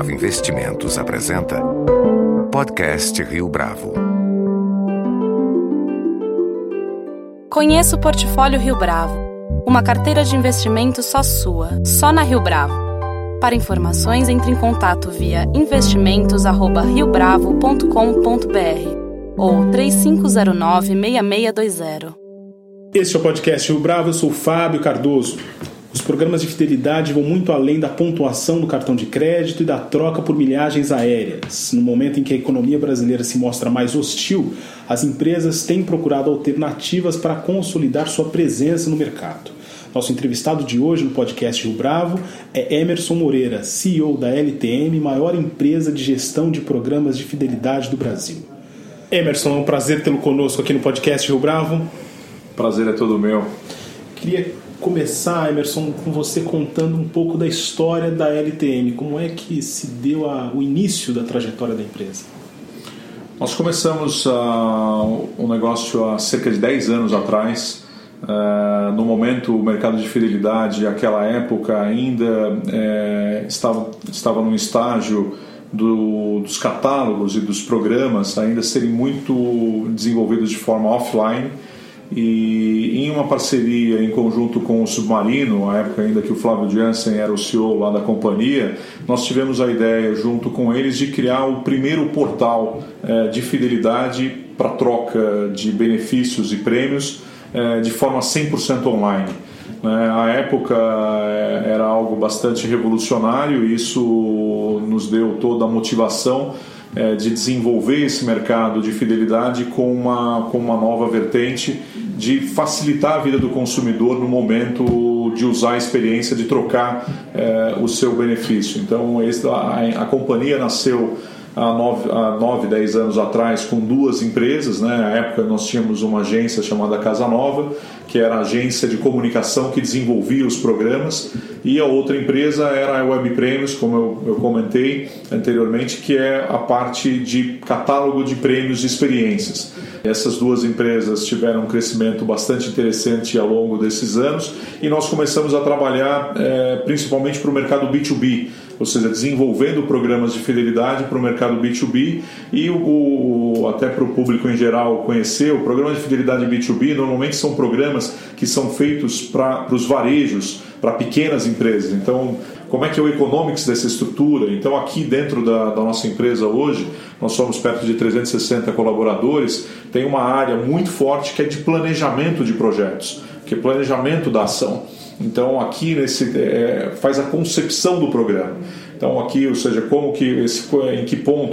Bravo Investimentos apresenta Podcast Rio Bravo. Conheça o Portfólio Rio Bravo, uma carteira de investimentos só sua, só na Rio Bravo. Para informações, entre em contato via investimentos@riobravo.com.br ou 3509-6620. Este é o Podcast Rio Bravo, eu sou o Fábio Cardoso. Os programas de fidelidade vão muito além da pontuação do cartão de crédito e da troca por milhagens aéreas. No momento em que a economia brasileira se mostra mais hostil, as empresas têm procurado alternativas para consolidar sua presença no mercado. Nosso entrevistado de hoje no Podcast Rio Bravo é Emerson Moreira, CEO da LTM, maior empresa de gestão de programas de fidelidade do Brasil. Emerson, é um prazer tê-lo conosco aqui no Podcast Rio Bravo. Prazer é todo meu. Queria começar, Emerson, com você contando um pouco da história da LTM. Como é que se deu o início da trajetória da empresa? Nós começamos o negócio há cerca de 10 anos atrás. No momento, o mercado de fidelidade, naquela época, ainda estava num estágio dos catálogos e dos programas ainda serem muito desenvolvidos de forma offline. E em uma parceria em conjunto com o Submarino, a época ainda que o Flávio Jansen era o CEO lá da companhia, nós tivemos a ideia junto com eles de criar o primeiro portal de fidelidade para troca de benefícios e prêmios de forma 100% online. A época era algo bastante revolucionário e isso nos deu toda a motivação de desenvolver esse mercado de fidelidade com uma nova vertente de facilitar a vida do consumidor no momento de usar a experiência de trocar o seu benefício. Então a companhia nasceu há 9, 10 anos atrás com duas empresas, Na época nós tínhamos uma agência chamada Casa Nova, que era a agência de comunicação que desenvolvia os programas, e a outra empresa era a Web Prêmios, como eu comentei anteriormente, que é a parte de catálogo de prêmios e experiências. Essas duas empresas tiveram um crescimento bastante interessante ao longo desses anos e nós começamos a trabalhar principalmente para o mercado B2B, ou seja, desenvolvendo programas de fidelidade para o mercado B2B e até para o público em geral conhecer. O programa de fidelidade B2B normalmente são programas que são feitos para os varejos, para pequenas empresas. Então, como é que é o economics dessa estrutura? Então, aqui dentro da nossa empresa hoje, nós somos perto de 360 colaboradores, tem uma área muito forte que é de planejamento de projetos, que é planejamento da ação. Então aqui faz a concepção do programa. Então aqui, ou seja, em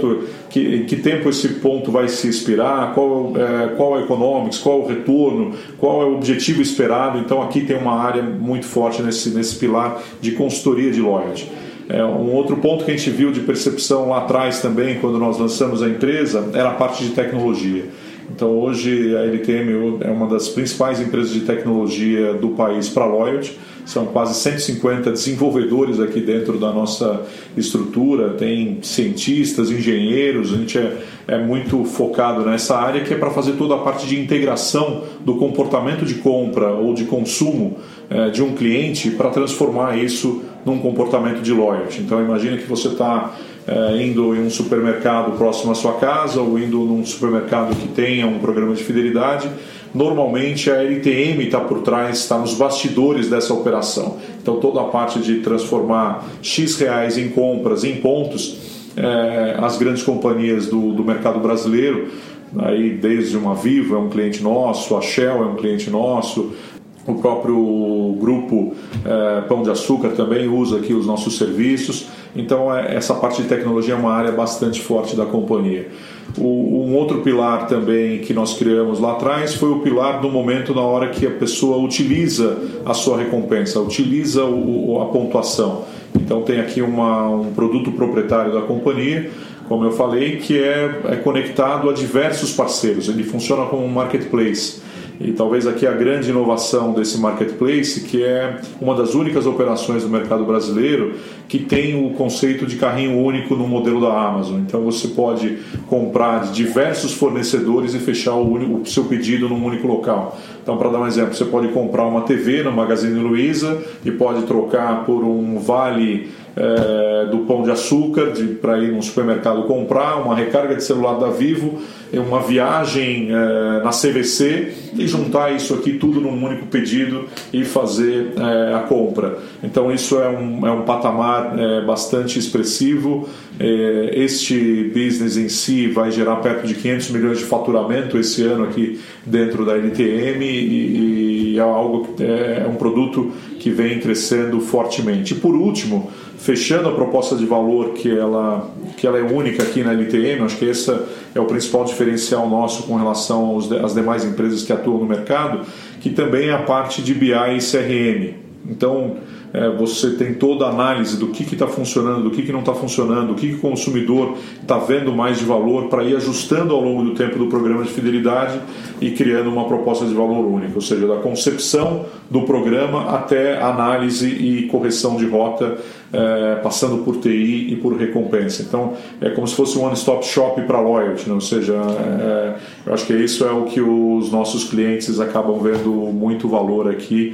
que tempo esse ponto vai se expirar, qual é o economics, qual é o retorno, qual é o objetivo esperado. Então aqui tem uma área muito forte nesse pilar de consultoria de loyalty. Um outro ponto que a gente viu de percepção lá atrás também, quando nós lançamos a empresa, era a parte de tecnologia. Então hoje a LTM é uma das principais empresas de tecnologia do país para loyalty. São quase 150 desenvolvedores aqui dentro da nossa estrutura, tem cientistas, engenheiros, a gente é muito focado nessa área que é para fazer toda a parte de integração do comportamento de compra ou de consumo de um cliente para transformar isso num comportamento de loyalty. Então imagina que você está indo em um supermercado próximo à sua casa ou indo num supermercado que tenha um programa de fidelidade. Normalmente a LTM está por trás, está nos bastidores dessa operação. Então toda a parte de transformar X reais em compras, em pontos, as grandes companhias do mercado brasileiro, aí desde uma Vivo é um cliente nosso, a Shell é um cliente nosso, o próprio grupo Pão de Açúcar também usa aqui os nossos serviços. Então essa parte de tecnologia é uma área bastante forte da companhia. Um outro pilar também que nós criamos lá atrás foi o pilar do momento na hora que a pessoa utiliza a sua recompensa, utiliza a pontuação. Então tem aqui um produto proprietário da companhia, como eu falei, que é conectado a diversos parceiros. Ele funciona como um marketplace. E talvez aqui a grande inovação desse marketplace, que é uma das únicas operações do mercado brasileiro que tem o conceito de carrinho único no modelo da Amazon. Então você pode comprar de diversos fornecedores e fechar o seu pedido num único local. Então, para dar um exemplo, você pode comprar uma TV no Magazine Luiza e pode trocar por um vale do Pão de Açúcar para ir num supermercado comprar, uma recarga de celular da Vivo, uma viagem na CVC e juntar isso aqui tudo num único pedido e fazer a compra. Então isso é um patamar bastante expressivo. Este business em si vai gerar perto de 500 milhões de faturamento esse ano aqui dentro da LTM e é um produto que vem crescendo fortemente. E por último, fechando a proposta de valor que ela é única aqui na LTM, acho que esse é o principal diferencial nosso com relação às demais empresas que atuam no mercado, que também é a parte de BI e CRM. Então, você tem toda a análise do que está funcionando, do que não está funcionando, o que o consumidor está vendo mais de valor para ir ajustando ao longo do tempo do programa de fidelidade e criando uma proposta de valor única, ou seja, da concepção do programa até análise e correção de rota, passando por TI e por recompensa. Então, é como se fosse um one-stop shop para loyalty, né? Ou seja, eu acho que isso é o que os nossos clientes acabam vendo muito valor aqui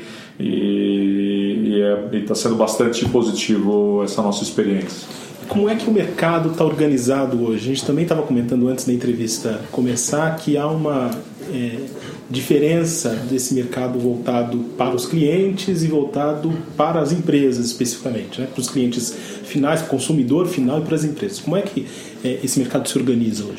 e está sendo bastante positivo essa nossa experiência. Como é que o mercado está organizado hoje? A gente também estava comentando antes da entrevista começar que há uma diferença desse mercado voltado para os clientes e voltado para as empresas especificamente, né? Para os clientes finais, para o consumidor final e para as empresas. Como é que esse mercado se organiza hoje?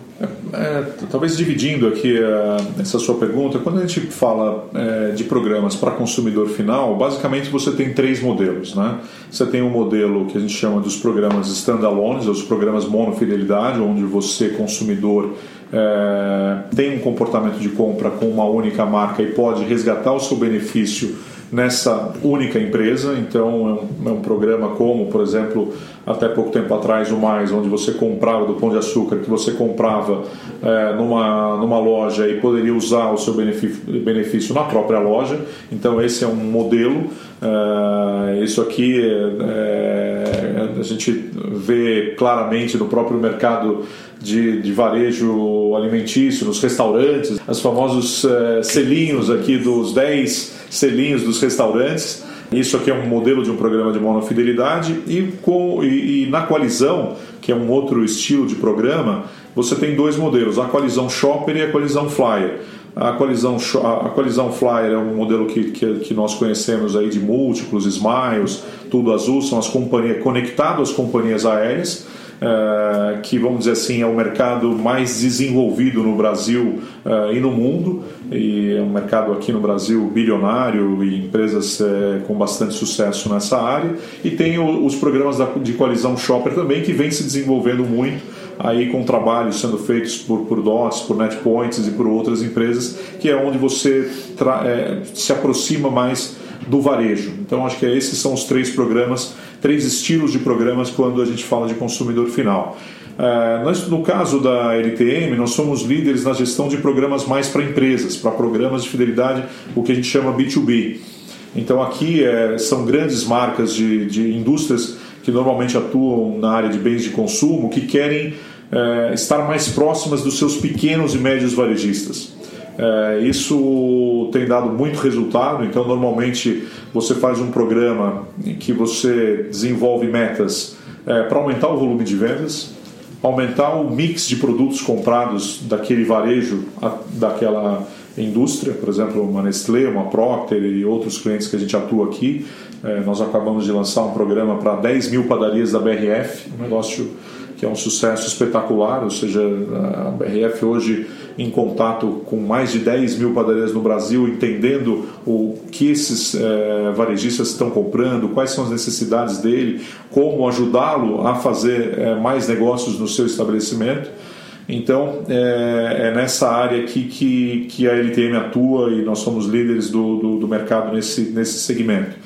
Talvez dividindo aqui essa sua pergunta, quando a gente fala de programas para consumidor final, basicamente você tem 3 modelos, né? Você tem um modelo que a gente chama dos programas standalones, os programas monofidelidade, onde você, consumidor, tem um comportamento de compra com uma única marca e pode resgatar o seu benefício nessa única empresa. Então é um programa como, por exemplo, até pouco tempo atrás o Mais, onde você comprava do Pão de Açúcar, que você comprava numa loja e poderia usar o seu benefício na própria loja. Então esse é um modelo. Isso aqui a gente vê claramente no próprio mercado de varejo alimentício, nos restaurantes, os famosos selinhos aqui dos 10 selinhos dos restaurantes. Isso aqui é um modelo de um programa de monofidelidade e na Coalizão, que é um outro estilo de programa, você tem 2 modelos, a Coalizão Shopper e a Coalizão Flyer. A Coalizão Flyer é um modelo que nós conhecemos aí de múltiplos, Smiles, Tudo Azul, são as companhias conectadas às companhias aéreas, que, vamos dizer assim, é o mercado mais desenvolvido no Brasil e no mundo, e é um mercado aqui no Brasil bilionário e empresas com bastante sucesso nessa área. E tem os programas de Coalizão Shopper também, que vem se desenvolvendo muito, aí com trabalhos sendo feitos por DOTS, por NetPoints e por outras empresas, que é onde você se aproxima mais do varejo. Então acho que esses são os 3 programas, 3 estilos de programas quando a gente fala de consumidor final. No caso da LTM, nós somos líderes na gestão de programas mais para empresas, para programas de fidelidade, o que a gente chama B2B. Então aqui são grandes marcas de indústrias que normalmente atuam na área de bens de consumo, que querem estar mais próximas dos seus pequenos e médios varejistas. Isso tem dado muito resultado. Então normalmente você faz um programa em que você desenvolve metas para aumentar o volume de vendas, aumentar o mix de produtos comprados daquele varejo, daquela indústria, por exemplo, uma Nestlé, uma Procter e outros clientes que a gente atua aqui. Nós acabamos de lançar um programa para 10 mil padarias da BRF, um negócio que é um sucesso espetacular, ou seja, a BRF hoje em contato com mais de 10 mil padarias no Brasil, entendendo o que esses varejistas estão comprando, quais são as necessidades dele, como ajudá-lo a fazer mais negócios no seu estabelecimento. Então é nessa área aqui que a LTM atua e nós somos líderes do mercado nesse segmento.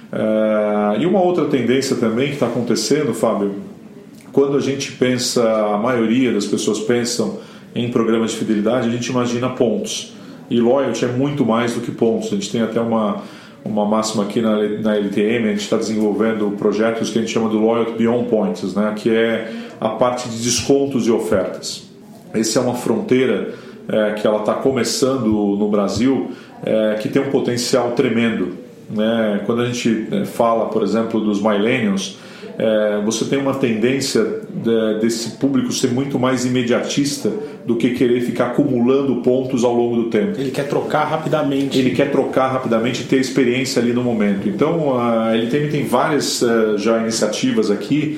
E uma outra tendência também que está acontecendo, Fábio, quando a gente pensa, a maioria das pessoas pensam em programas de fidelidade, a gente imagina pontos. E loyalty é muito mais do que pontos. A gente tem até uma máxima aqui na LTM, a gente está desenvolvendo projetos que a gente chama de Loyalty Beyond Points, né? Que é a parte de descontos e ofertas. Essa é uma fronteira que ela está começando no Brasil, que tem um potencial tremendo, né? Quando a gente fala, por exemplo, dos millennials, você tem uma tendência desse público ser muito mais imediatista do que querer ficar acumulando pontos ao longo do tempo. Ele quer trocar rapidamente. E ter experiência ali no momento. Então a LTM tem várias já iniciativas aqui.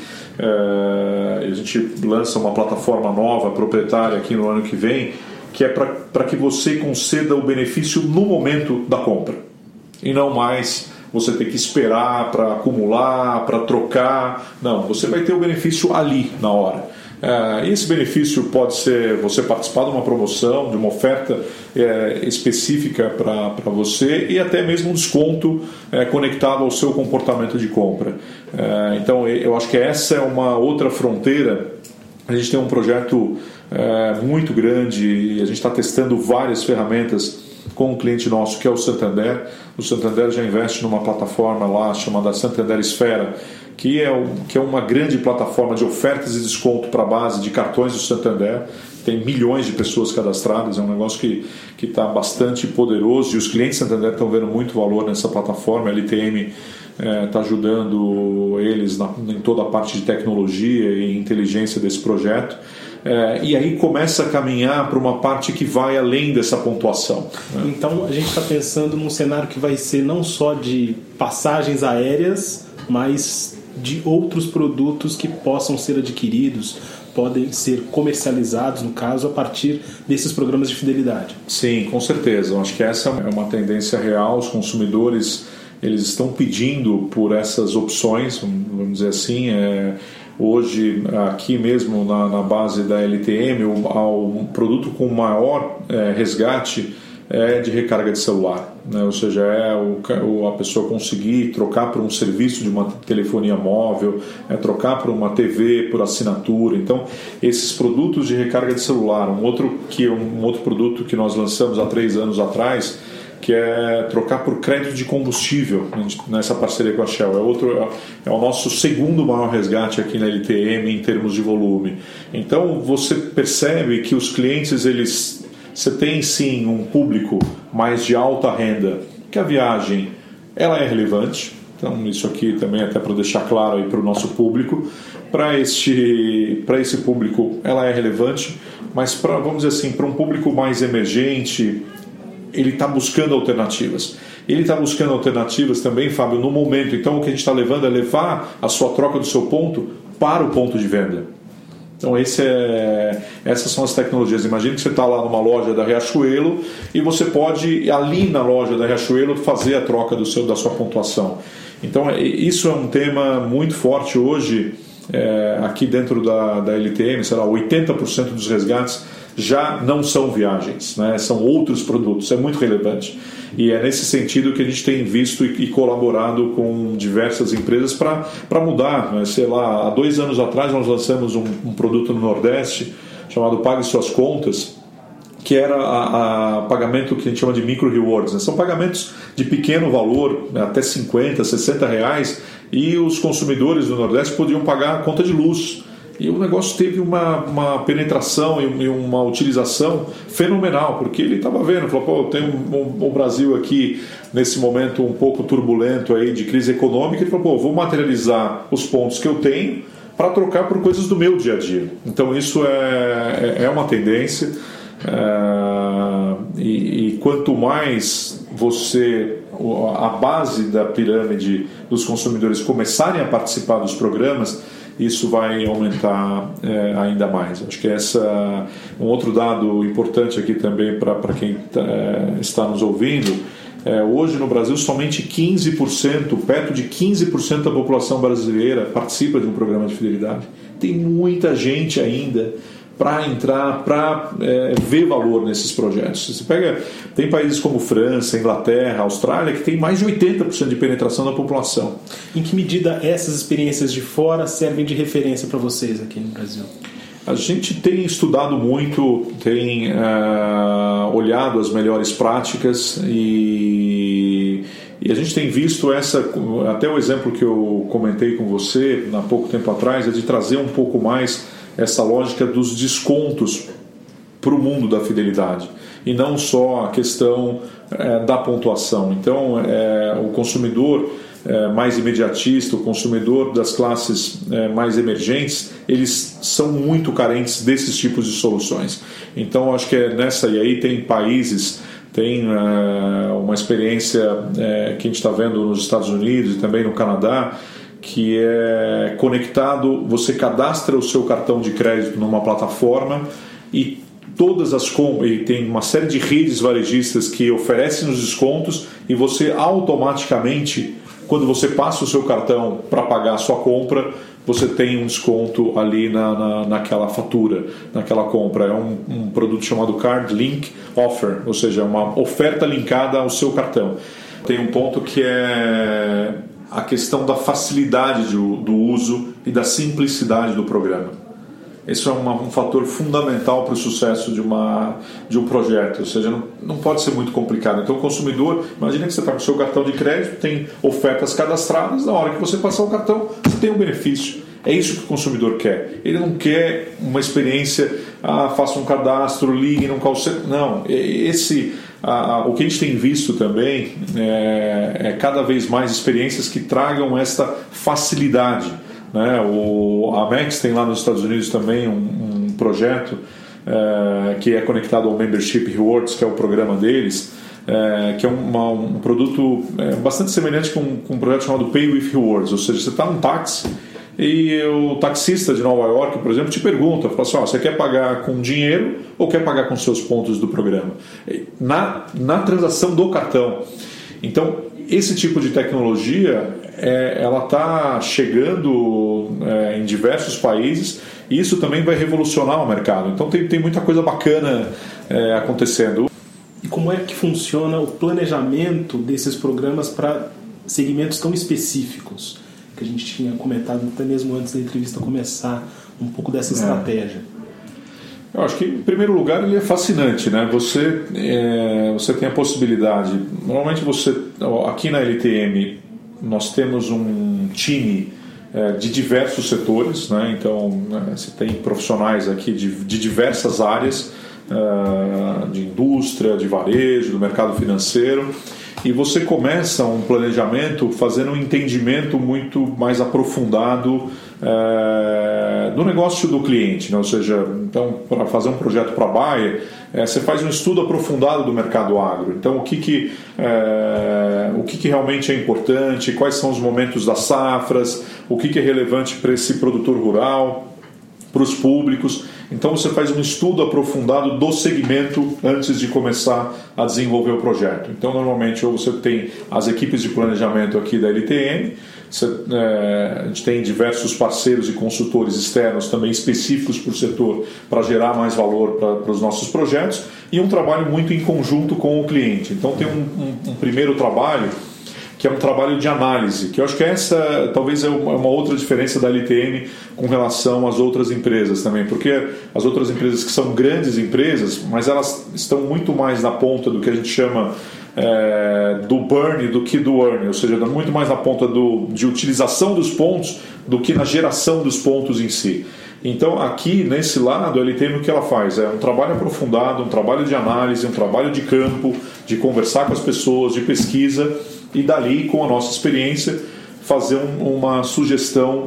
A gente lança uma plataforma nova, proprietária, aqui no ano que vem, que é para que você conceda o benefício no momento da compra e não mais você ter que esperar para acumular, para trocar. Não, você vai ter o benefício ali, na hora. Esse benefício pode ser você participar de uma promoção, de uma oferta específica para você, e até mesmo um desconto conectado ao seu comportamento de compra. Então eu acho que essa é uma outra fronteira. A gente tem um projeto muito grande e a gente está testando várias ferramentas com um cliente nosso que é o Santander. O Santander já investe numa plataforma lá chamada Santander Esfera, que é uma grande plataforma de ofertas e desconto para a base de cartões do Santander. Tem milhões de pessoas cadastradas, é um negócio que está bastante poderoso, e os clientes do Santander estão vendo muito valor nessa plataforma. A LTM está ajudando eles em toda a parte de tecnologia e inteligência desse projeto. E aí começa a caminhar para uma parte que vai além dessa pontuação, né? Então a gente está pensando num cenário que vai ser não só de passagens aéreas, mas de outros produtos que possam ser adquiridos, podem ser comercializados, no caso, a partir desses programas de fidelidade. Sim, com certeza. Eu acho que essa é uma tendência real. Os consumidores, eles estão pedindo por essas opções, vamos dizer assim. Hoje, aqui mesmo na base da LTM, o produto com maior resgate é de recarga de celular, né? Ou seja, a pessoa conseguir trocar por um serviço de uma telefonia móvel, trocar por uma TV por assinatura. Então, esses produtos de recarga de celular, um outro produto que nós lançamos há 3 anos atrás, que é trocar por crédito de combustível, nessa parceria com a Shell. É o nosso segundo maior resgate aqui na LTM em termos de volume. Então você percebe que os clientes, você tem sim um público mais de alta renda, que a viagem ela é relevante. Então isso aqui também até para deixar claro aí para o nosso público. Para esse público ela é relevante, mas vamos dizer assim, para um público mais emergente, ele está buscando alternativas. Ele está buscando alternativas também, Fábio, no momento. Então, o que a gente está levando é levar a sua troca do seu ponto para o ponto de venda. Então, essas são as tecnologias. Imagina que você está lá numa loja da Riachuelo e você pode, ali na loja da Riachuelo, fazer a troca da sua pontuação. Então, isso é um tema muito forte hoje, aqui dentro da LTM. Será 80% dos resgates já não são viagens, né? São outros produtos. É muito relevante, e é nesse sentido que a gente tem visto e colaborado com diversas empresas para mudar, né? Sei lá, há 2 anos atrás nós lançamos um produto no Nordeste chamado Pague Suas Contas, que era a pagamento que a gente chama de micro rewards, né? São pagamentos de pequeno valor, até 50, 60 reais, e os consumidores do Nordeste podiam pagar a conta de luz. E o negócio teve uma penetração e uma utilização fenomenal, porque ele estava vendo, falou, tem o Brasil aqui nesse momento um pouco turbulento aí de crise econômica. Ele falou, vou materializar os pontos que eu tenho para trocar por coisas do meu dia a dia. Então isso é uma tendência, e quanto mais a base da pirâmide dos consumidores começarem a participar dos programas, isso vai aumentar ainda mais. Acho que um outro dado importante aqui também para quem está nos ouvindo. Hoje no Brasil somente 15%, perto de 15% da população brasileira participa de um programa de fidelidade. Tem muita gente ainda para entrar, para ver valor nesses projetos. Você tem países como França, Inglaterra, Austrália, que tem mais de 80% de penetração da população. Em que medida essas experiências de fora servem de referência para vocês aqui no Brasil? A gente tem estudado muito, tem olhado as melhores práticas, e a gente tem visto até o exemplo que eu comentei com você há pouco tempo atrás, é de trazer um pouco mais essa lógica dos descontos para o mundo da fidelidade, e não só a questão da pontuação. Então, o consumidor mais imediatista, o consumidor das classes mais emergentes, eles são muito carentes desses tipos de soluções. Então, acho que nessa, e aí tem países, tem uma experiência que a gente está vendo nos Estados Unidos e também no Canadá, que é conectado, você cadastra o seu cartão de crédito numa plataforma e e tem uma série de redes varejistas que oferecem os descontos, e você automaticamente, quando você passa o seu cartão para pagar a sua compra, você tem um desconto ali naquela fatura, naquela compra. É um produto chamado Card Link Offer, ou seja, uma oferta linkada ao seu cartão. Tem um ponto que é a questão da facilidade do uso e da simplicidade do programa. Isso é um fator fundamental para o sucesso de um projeto, ou seja, não pode ser muito complicado. Então, o consumidor, imagina que você está com o seu cartão de crédito, tem ofertas cadastradas, na hora que você passar o cartão, você tem um benefício. É isso que o consumidor quer. Ele não quer uma experiência, faça um cadastro, ligue num call center. Não, o que a gente tem visto também é cada vez mais experiências que tragam esta facilidade. A Amex tem lá nos Estados Unidos também um projeto que é conectado ao Membership Rewards, que é o programa deles, que é um produto bastante semelhante com um projeto chamado Pay with Rewards, ou seja, você está num táxi e o taxista de Nova York, por exemplo, te pergunta, fala assim, você quer pagar com dinheiro ou quer pagar com seus pontos do programa? Na transação do cartão. Então, esse tipo de tecnologia ela está chegando em diversos países, e isso também vai revolucionar o mercado. Então tem muita coisa bacana acontecendo. E como é que funciona o planejamento desses programas para segmentos tão específicos, que a gente tinha comentado até mesmo antes da entrevista começar, um pouco dessa estratégia? Eu acho que, em primeiro lugar, ele é fascinante, né? Você tem a possibilidade. Normalmente aqui na LTM nós temos um time de diversos setores, né? Então você tem profissionais aqui de diversas áreas, de indústria, de varejo, do mercado financeiro, e você começa um planejamento fazendo um entendimento muito mais aprofundado do negócio do cliente, né? Ou seja, então, para fazer um projeto para a Bayer, você faz um estudo aprofundado do mercado agro. Então, o que realmente é importante, quais são os momentos das safras, o que é relevante para esse produtor rural, para os públicos. Então, você faz um estudo aprofundado do segmento antes de começar a desenvolver o projeto. Então, normalmente, ou você tem as equipes de planejamento aqui da LTM, a gente tem diversos parceiros e consultores externos também específicos por setor para gerar mais valor para os nossos projetos, e um trabalho muito em conjunto com o cliente. Então tem um primeiro trabalho que é um trabalho de análise, que eu acho que essa talvez é uma outra diferença da LTM com relação às outras empresas também, porque as outras empresas que são grandes empresas, mas elas estão muito mais na ponta do que a gente chama do burn do que do earn, ou seja, muito mais na ponta de utilização dos pontos do que na geração dos pontos em si. Então aqui nesse lado a LTM, o que ela faz? É um trabalho aprofundado, um trabalho de análise, um trabalho de campo, de conversar com as pessoas, de pesquisa, e dali, com a nossa experiência, fazer uma sugestão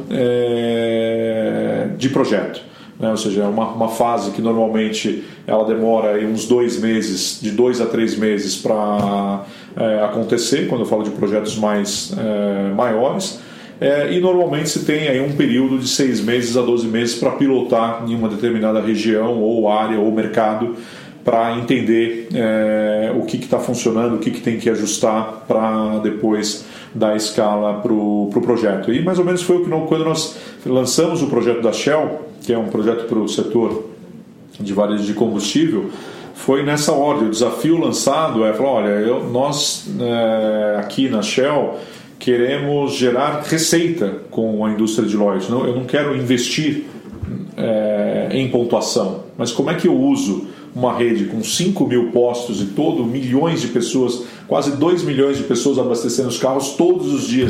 de projeto. Ou seja, é uma fase que normalmente ela demora aí uns 2 meses, de 2 a 3 meses para acontecer, quando eu falo de projetos maiores, e normalmente se tem aí um período de 6 meses a 12 meses para pilotar em uma determinada região ou área ou mercado, para entender o que está funcionando, o que tem que ajustar para depois dar escala para o projeto. E mais ou menos foi quando nós lançamos o projeto da Shell, que é um projeto para o setor de varejo de combustível, foi nessa ordem. O desafio lançado falar, olha, nós aqui na Shell queremos gerar receita com a indústria de lojas. Eu não quero investir em pontuação, mas como é que eu uso uma rede com 5 mil postos e milhões de pessoas, quase 2 milhões de pessoas abastecendo os carros todos os dias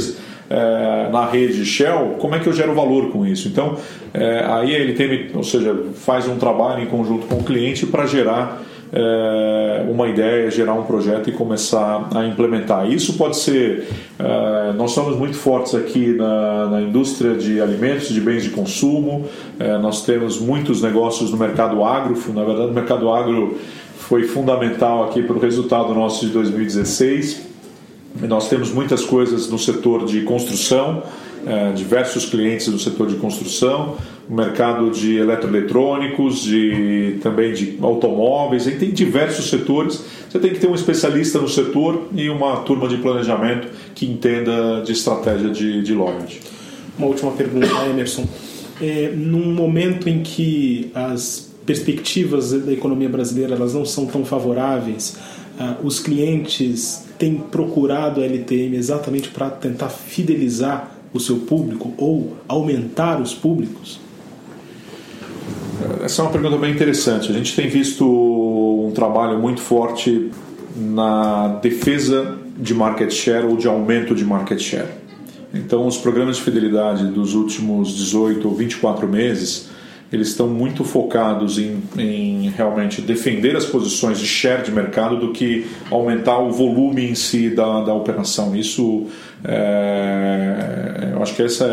na rede Shell, como é que eu gero valor com isso? Então, aí ele faz um trabalho em conjunto com o cliente para gerar uma ideia, gerar um projeto e começar a implementar. Isso pode ser... nós somos muito fortes aqui na indústria de alimentos, de bens de consumo. Nós temos muitos negócios no mercado agro. Na verdade, o mercado agro foi fundamental aqui para o resultado nosso de 2016. Nós temos muitas coisas no setor de construção, diversos clientes no setor de construção, no mercado de eletroeletrônicos, também de automóveis, e tem diversos setores. Você tem que ter um especialista no setor e uma turma de planejamento que entenda de estratégia de loyalty. Uma última pergunta, Emerson. Num momento em que as perspectivas da economia brasileira elas não são tão favoráveis, os clientes têm procurado a LTM exatamente para tentar fidelizar o seu público ou aumentar os públicos? Essa é uma pergunta bem interessante. A gente tem visto um trabalho muito forte na defesa de market share ou de aumento de market share. Então, os programas de fidelidade dos últimos 18 ou 24 meses, eles estão muito focados em realmente defender as posições de share de mercado do que aumentar o volume em si da operação. Isso, eu acho que essa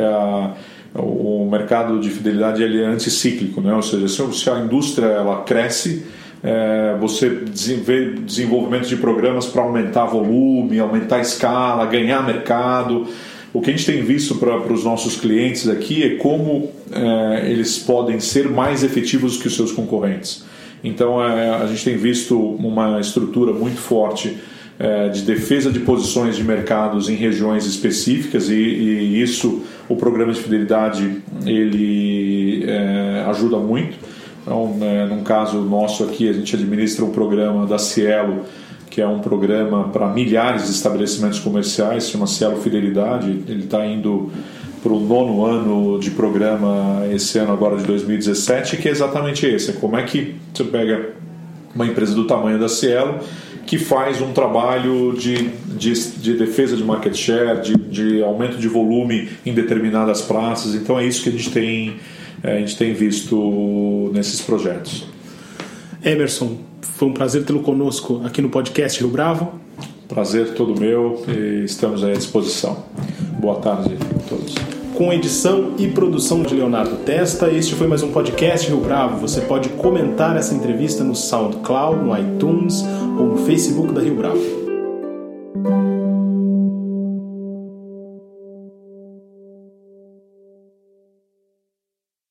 o mercado de fidelidade ele é anticíclico, né? Ou seja, se a indústria ela cresce, você vê desenvolvimento de programas para aumentar volume, aumentar a escala, ganhar mercado. O que a gente tem visto para os nossos clientes aqui é como eles podem ser mais efetivos que os seus concorrentes. Então, a gente tem visto uma estrutura muito forte de defesa de posições de mercados em regiões específicas e isso, o programa de fidelidade, ele ajuda muito. Então, num caso nosso aqui, a gente administra um programa da Cielo, que é um programa para milhares de estabelecimentos comerciais, chama Cielo Fidelidade. Ele está indo para o 9º ano de programa esse ano agora de 2017, que é exatamente esse. Como é que você pega uma empresa do tamanho da Cielo que faz um trabalho de defesa de market share, de aumento de volume em determinadas praças. Então é isso que a gente tem visto nesses projetos. Emerson, foi um prazer tê-lo conosco aqui no podcast Rio Bravo. Prazer todo meu e estamos aí à disposição. Boa tarde a todos. Com edição e produção de Leonardo Testa, este foi mais um podcast Rio Bravo. Você pode comentar essa entrevista no SoundCloud, no iTunes ou no Facebook da Rio Bravo.